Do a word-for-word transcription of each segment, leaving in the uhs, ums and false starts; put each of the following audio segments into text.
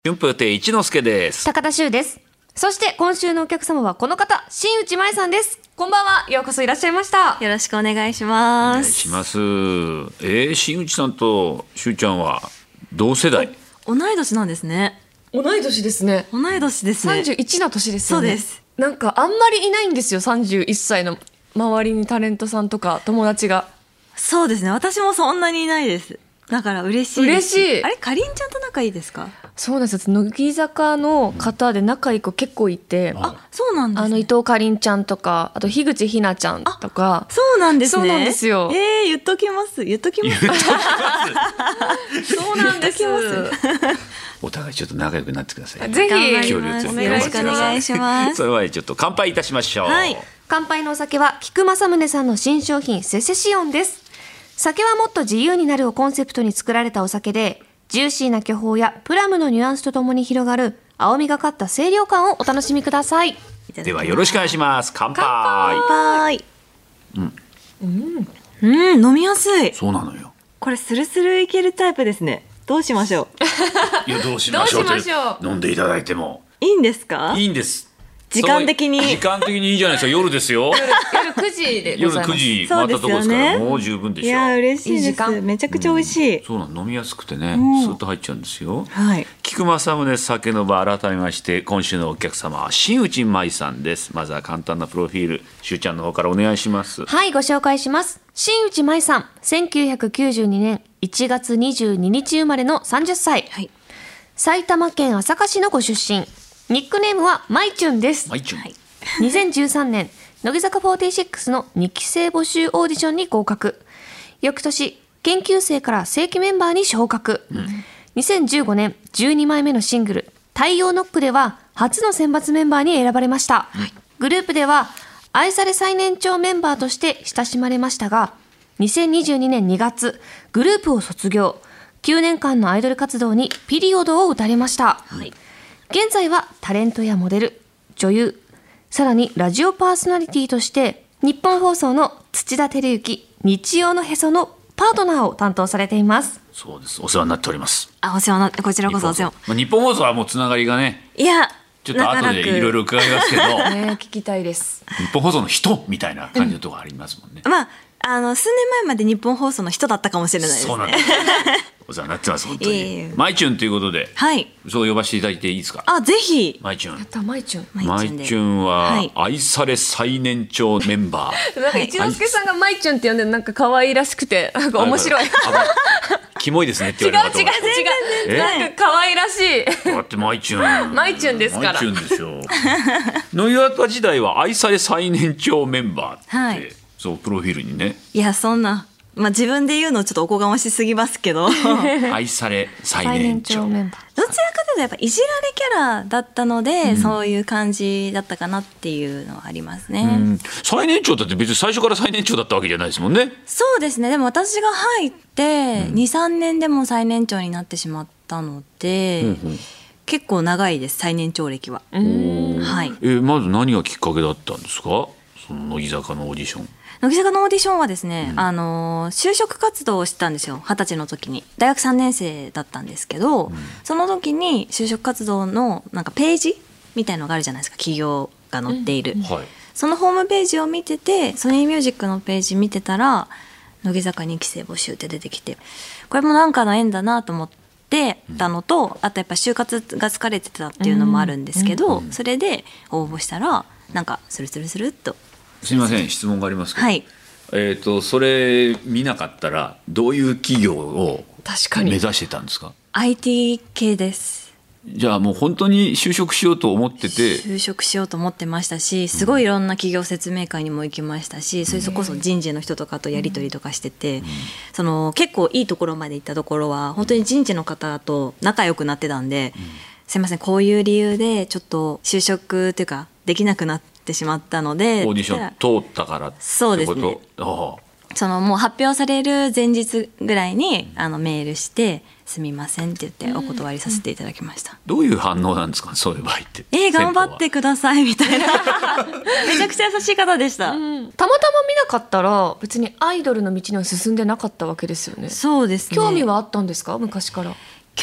春風亭一之輔です。 高田修です。そして今週のお客様はこの方、新内舞さんです。こんばんは。ようこそいらっしゃいました。 よろしくお願いします。 お願いします。えー、新内さんとしゅうちゃんは同世代。 同い年なんですね。 同い年ですね。 同い年ですね。 さんじゅういちの年ですよね。 そうです。 なんかあんまりいないんですよ。さんじゅういっさいの周りにタレントさんとか友達が。 そうですね。私もそんなにいないです。だから嬉しいです。 嬉しい。 あれ、かりんちゃんと仲いいですか？ そうなんです。乃木坂の方で仲いい子結構いて、 あ、そうなんですね。 あの伊藤かりんちゃんとか、あと樋口ひなちゃんとか。 そうなんですね。 そうなんですよ。 えー、言っときます。言っときます。 そうなんです。 お互いちょっと仲良くなってください。 ぜひ協力よろしくお願いします。 それはちょっと乾杯いたしましょう。 はい。 乾杯のお酒は菊正宗さんの新商品セセシオンです。酒はもっと自由になるをコンセプトに作られたお酒で、ジューシーな巨峰やプラムのニュアンスとともに広がる青みがかった清涼感をお楽しみください。 ではよろしくお願いします。乾杯。 乾杯。うん、うん、うん、飲みやすい。 そうなのよ。 これスルスルいけるタイプですね。どうしましょう。いやどうしましょう。 どうしましょう。 飲んでいただいてもいいんですか？ いいんです。 時間的に時間的にいいじゃないですか。夜ですよ。 夜, 夜くじでございます。 夜くじ回ったところですから、もう十分でしょう。 いや嬉しいです。 いい時間。 めちゃくちゃ美味しい。 うん、そうなの、飲みやすくてね、スーッと入っちゃうんですよ。 はい。 菊正宗酒の場、改めまして今週のお客様は新内舞さんです。まずは簡単なプロフィール、しゅうちゃんの方からお願いします。 はい、ご紹介します。新内舞さん、せんきゅうひゃくきゅうじゅうにねんいちがつにじゅうににち生まれのさんじゅっさい、はい、埼玉県朝霞市のご出身。ニックネームはマイチュンです。 マイチュン、はい、 にせんじゅうさんねん乃木坂フォーティーシックスのにき生募集オーディションに合格。翌年研究生から正規メンバーに昇格、うん、にせんじゅうごねんじゅうにまいめのシングル太陽ノックでは初の選抜メンバーに選ばれました、はい、グループでは愛され最年長メンバーとして親しまれましたが、にせんにじゅうにねんにがつグループを卒業。きゅうねんかんのアイドル活動にピリオドを打たれました、はい、現在はタレントやモデル、女優、さらにラジオパーソナリティとして日本放送の土田照之日曜のへそのパートナーを担当されています。 そうです、お世話になっております。 あ、お世話になって、こちらこそお世話。 まあ、日本放送はもうつながりがね、いやちょっと後でいろいろ伺いますけどね、聞きたいです。 日本放送の人みたいな感じのところありますもんね、 うん、まああの数年前まで日本放送の人だったかもしれないですね。 そうなんですお世話になってます本当に、えー、マイチュンということで、はい、そう呼ばせていただいていいですか？ あ、ぜひ。 マイチュン。 やったマイチュン。 マイチュンは愛され最年長メンバー。 なんか一之輔さんがマイチュンって呼んでなんか可愛らしくてなんか面白い。 キモいですねって言われる。 違う違う違う。なんか可愛らしい。 だってマイチュン。 マイチュンですから。 マイチュンでしょう。乃木坂時代は愛され最年長メンバーって、はい、そうプロフィールにね。 いやそんな。まあ、自分で言うのちょっとおこがましすぎますけど愛され最年長メンバー。 どちらかというとやっぱいじられキャラだったので、うん、そういう感じだったかなっていうのはありますね、うん、 最年長だって別に最初から最年長だったわけじゃないですもんね。 そうですね。でも私が入って、うん、にさんねんでも最年長になってしまったので、うんうん、結構長いです最年長歴は。はい。 えー、まず何がきっかけだったんですか？その乃木坂のオーディション。 乃木坂のオーディションはですね、うん、あの就職活動をしてたんですよ。二十歳の時に大学さんねん生だったんですけど、うん、その時に就職活動のなんかページみたいのがあるじゃないですか、企業が載っている、うんはい、そのホームページを見てて、ソニーミュージックのページ見てたら乃木坂にき生募集って出てきて、これもなんかの縁だなと思ってたのと、うん、あとやっぱ就活が疲れてたっていうのもあるんですけど、うんうん、それで応募したらなんかスルスルスルっと。 すみません、質問がありますけど、 はい、 えーと、それ見なかったらどういう企業を目指してたんですか？ アイティー 系です。 じゃあもう本当に就職しようと思ってて。 就職しようと思ってましたし、すごいいろんな企業説明会にも行きましたし、うん、それこそ人事の人とかとやり取りとかしてて、うん、その結構いいところまで行ったところは本当に人事の方と仲良くなってたんで、うん、すいませんこういう理由でちょっと就職っていうかできなくなっててしまったので、 オーディション通ったからってこと。 そうですね。そのもう発表される前日ぐらいにあのメールしてすみませんって言ってお断りさせていただきました。 どういう反応なんですか、そういう場合って。 えー、頑張ってくださいみたいなめちゃくちゃ優しい方でした、うん、 たまたま見なかったら別にアイドルの道には進んでなかったわけですよね。 そうですね。 興味はあったんですか、昔から。 興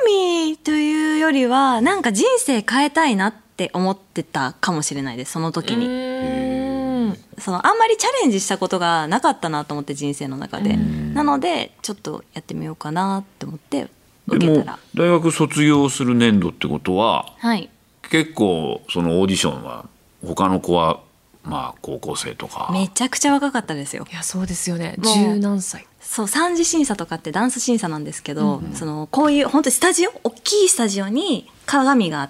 鏡というよりはなんか人生変えたいなって思ってたかもしれないです、その時に。 うんそのあんまりチャレンジしたことがなかったなと思って、人生の中で。なのでちょっとやってみようかなって思って受でもけたら。 大学卒業する年度ってことははい結構そのオーディションは他の子はまあ高校生とか。 めちゃくちゃ若かったですよ。 いやそうですよね。 もう十何歳。 そう三次審査とかってダンス審査なんですけど、そのこういう本当にスタジオ、大きいスタジオに鏡があって、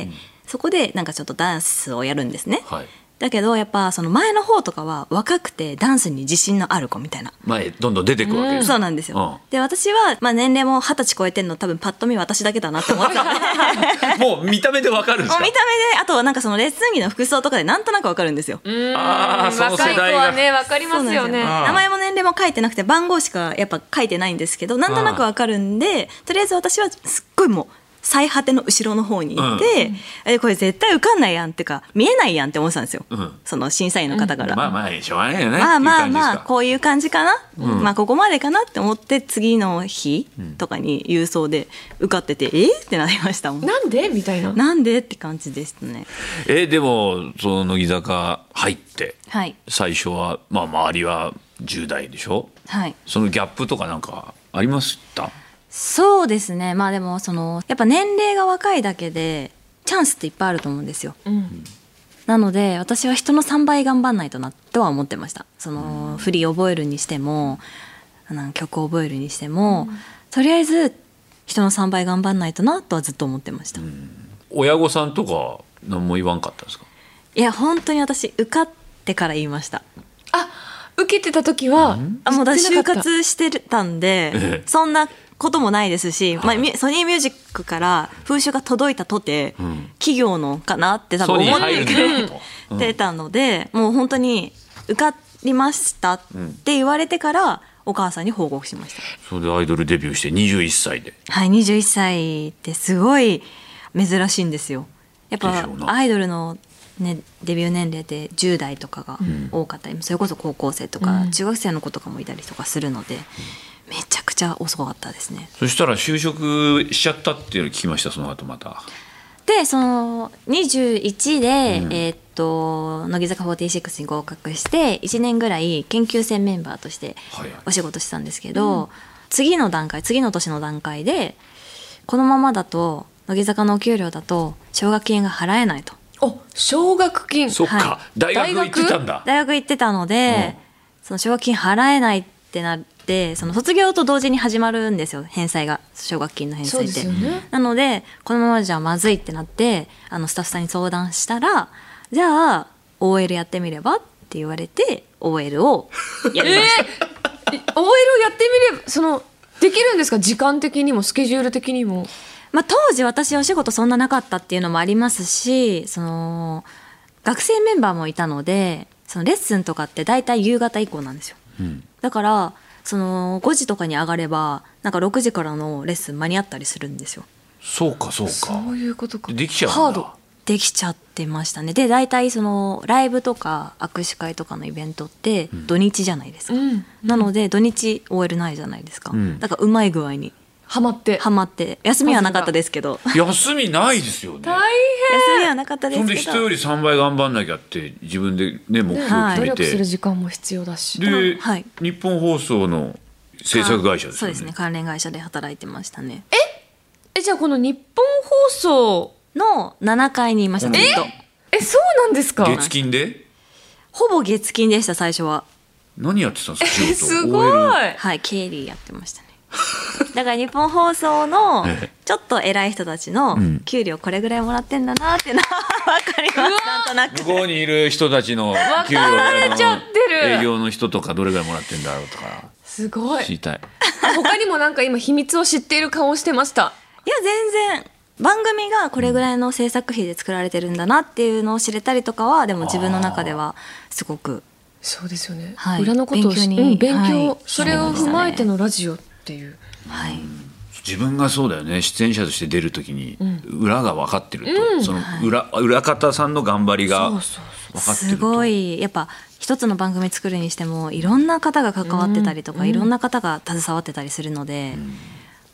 そこでなんかちょっとダンスをやるんですね。 はい、 だけどやっぱその前の方とかは若くてダンスに自信のある子みたいな。 前どんどん出てくわけです。 そうなんですよ。 うんで私は、まあ、年齢も二十歳超えてんの多分パッと見私だけだなって思ってたんでもう見た目でわかるんですか。 もう見た目で、あとはなんかそのレッスン着の服装とかでなんとなくわかるんですよ。 うんあーその若い子世代がはねわかりますよね。 そうなんですよ名前も年齢も書いてなくて番号しかやっぱ書いてないんですけど、なんとなくわかるんで、とりあえず私はすっごいもう最果ての後ろの方にいて、えこれ絶対受かんないやんってか見えないやんって思ってたんですよ、 うんその審査員の方から。 まあまあしょうがないよね。 まあまあまあっていう感じですか。 こういう感じかな、まあここまでかなって思って次の日とかに郵送で受かってて、えーってなりましたもん。 なんでみたいな。 なんでって感じでしたね。 えでもその乃木坂入ってはい最初はまあ周りはじゅう代でしょ。 はいそのギャップとかなんかありました。 そうですね。まあでもそのやっぱ年齢が若いだけでチャンスっていっぱいあると思うんですよ。 うんなので私は人のさんばい頑張んないとなとは思ってました。その振り覚えるにしてもあの曲を覚えるにしても、とりあえず人のさんばい頑張んないとなとはずっと思ってました。 親御さんとか何も言わんかったんですか。 いや本当に私受かってから言いました。 あ受けてた時はあもう私就言ってなかった活してたんで、 ええそんなこともないですし、まあ、ミュソニーミュージックから風習が届いたとて、 ん企業のかなって多分思っソニー入るんだとうんてたので、もう本当に受かりましたって言われてからお母さんに報告しました。 それでアイドルデビューしてにじゅういっさいで。 はい、にじゅういっさいってすごい珍しいんですよ。やっぱでしょうなアイドルの、ね、デビュー年齢ってじゅう代とかが多かったり、それこそ高校生とか、 うん中学生の子とかもいたりとかするので、めちゃくちゃ遅かったですね。 そしたら就職しちゃったっていうのを聞きました。その後また。 でそのにじゅういちで、 うんえーっと乃木坂フォーティーシックスに合格していちねんぐらい研究生メンバーとしてはいはいお仕事してたんですけど、次の段階次の年の段階でこのままだと乃木坂のお給料だと奨学金が払えないと。 お奨学金。 そっか、 は大学行ってたんだ。 大学行ってたので、その奨学金払えないってなってその卒業と同時に始まるんですよ、返済が、奨学金の返そうで済って。 すよね。 なのでこのままじゃまずいってなってあのスタッフさんに相談したら、じゃあ オーエル やってみればって言われて オーエル をやりました。 オーエル をやってみればそのできるんですか、時間的にもスケジュール的にも。 まあ、当時私お仕事そんななかったっていうのもありますし、その学生メンバーもいたのでそのレッスンとかって大体夕方以降なんですよ。 うんだからそのごじとかに上がればなんかろくじからのレッスン間に合ったりするんですよ。 そうかそうか。 そういうことか。 できちゃうんだ。 ハード。 できちゃってましたね。で大体そのライブとか握手会とかのイベントって土日じゃないですか、 うんなので土日 オーエル ないじゃないですか、 うんだからうまい具合にハマって。 ハマって休みはなかったですけど休みないですよね。 大休みはなかったでそんすけどで人よりさんばい頑張んなきゃって自分でね目標をはい努決めて、 力する時間も必要だし。 で、 はい日本放送の制作会社ですよね。 そうですね、関連会社で働いてましたね。 えじゃあこの日本放送のななかいにいましたずっと。 えそうなんですか。 月金でほぼ月金でした最初は。 何やってたんですか仕え事。 すごい。 オーエルはい、経理やってましたね。だから日本放送のええちょっと偉い人たちのん給料これぐらいもらってんだなっていうのは分かります、なんとなく。 向こうにいる人たちの給料分かれちゃってる営業の人とかどれぐらいもらってんだろうとかすごい。 知りたい。 他にもなんか今秘密を知っている顔をしてました。 いや全然番組がこれぐらいの制作費で作られてるんだなっていうのを知れたりとかはでも自分の中ではすごく。 そうですよね、 はい裏のことを勉強にうん、勉強、 はいそれを踏まえてのラジオっていう。 はい、 自分がそうだよね、出演者として出るときに裏が分かってると、 うんその裏裏方さんの頑張りが分そうそうかってるとすごいやっぱ一つの番組作るにしてもいろんな方が関わってたりとか、いろんな方が携わってたりするので、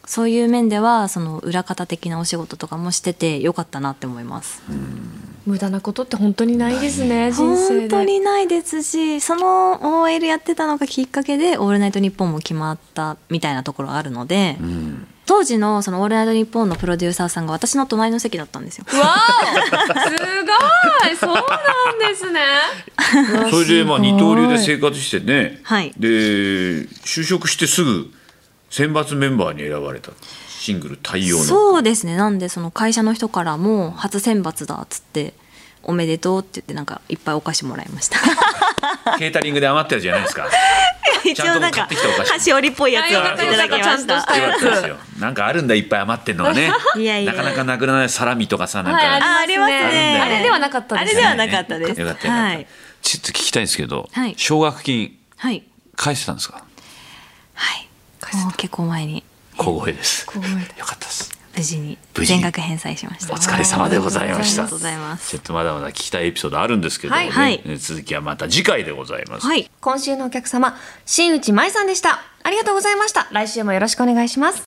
そういう面ではその裏方的なお仕事とかもしててよかったなって思います。 無駄なことって本当にないですね、人生で。 本当にないですし、その オーエル やってたのがきっかけで「オールナイトニッポン」も決まったみたいなところがあるので、うん、当時のその「オールナイトニッポン」のプロデューサーさんが私の隣の席だったんですよ。 わーすごい、そうなんですね。 それでまあ二刀流で生活してね、 はい、 で就職してすぐ選抜メンバーに選ばれた、シングル対応の。 そうですね。なんでその会社の人からも初選抜だっつっておめでとうって言ってなんかいっぱいお菓子もらいました。 ケータリングで余ったやつじゃないですか。 一応なんか箸折りっぽいやつをいただきました。 よかったですよ。なんかあるんだ、いっぱい余ってんのがね。 いやいやなかなかなくならないサラミとかさ、なんか、 はい、 ありますね。 あれではなかったですね。 あれではなかったです。 よかったよかった。はい、ちょっと聞きたいんですけど、 はい、 奨学金、 はい、 返してたんですか。 はい、もう結構前に。 小声です。 小声でよかったです。 無事に全額返済しました。 お疲れ様でございました。 ありがとうございます。 ちょっとまだまだ聞きたいエピソードあるんですけど、ね、 はい、 続きはまた次回でございます。 はい、今週のお客様、新内舞さんでした。ありがとうございました。来週もよろしくお願いします。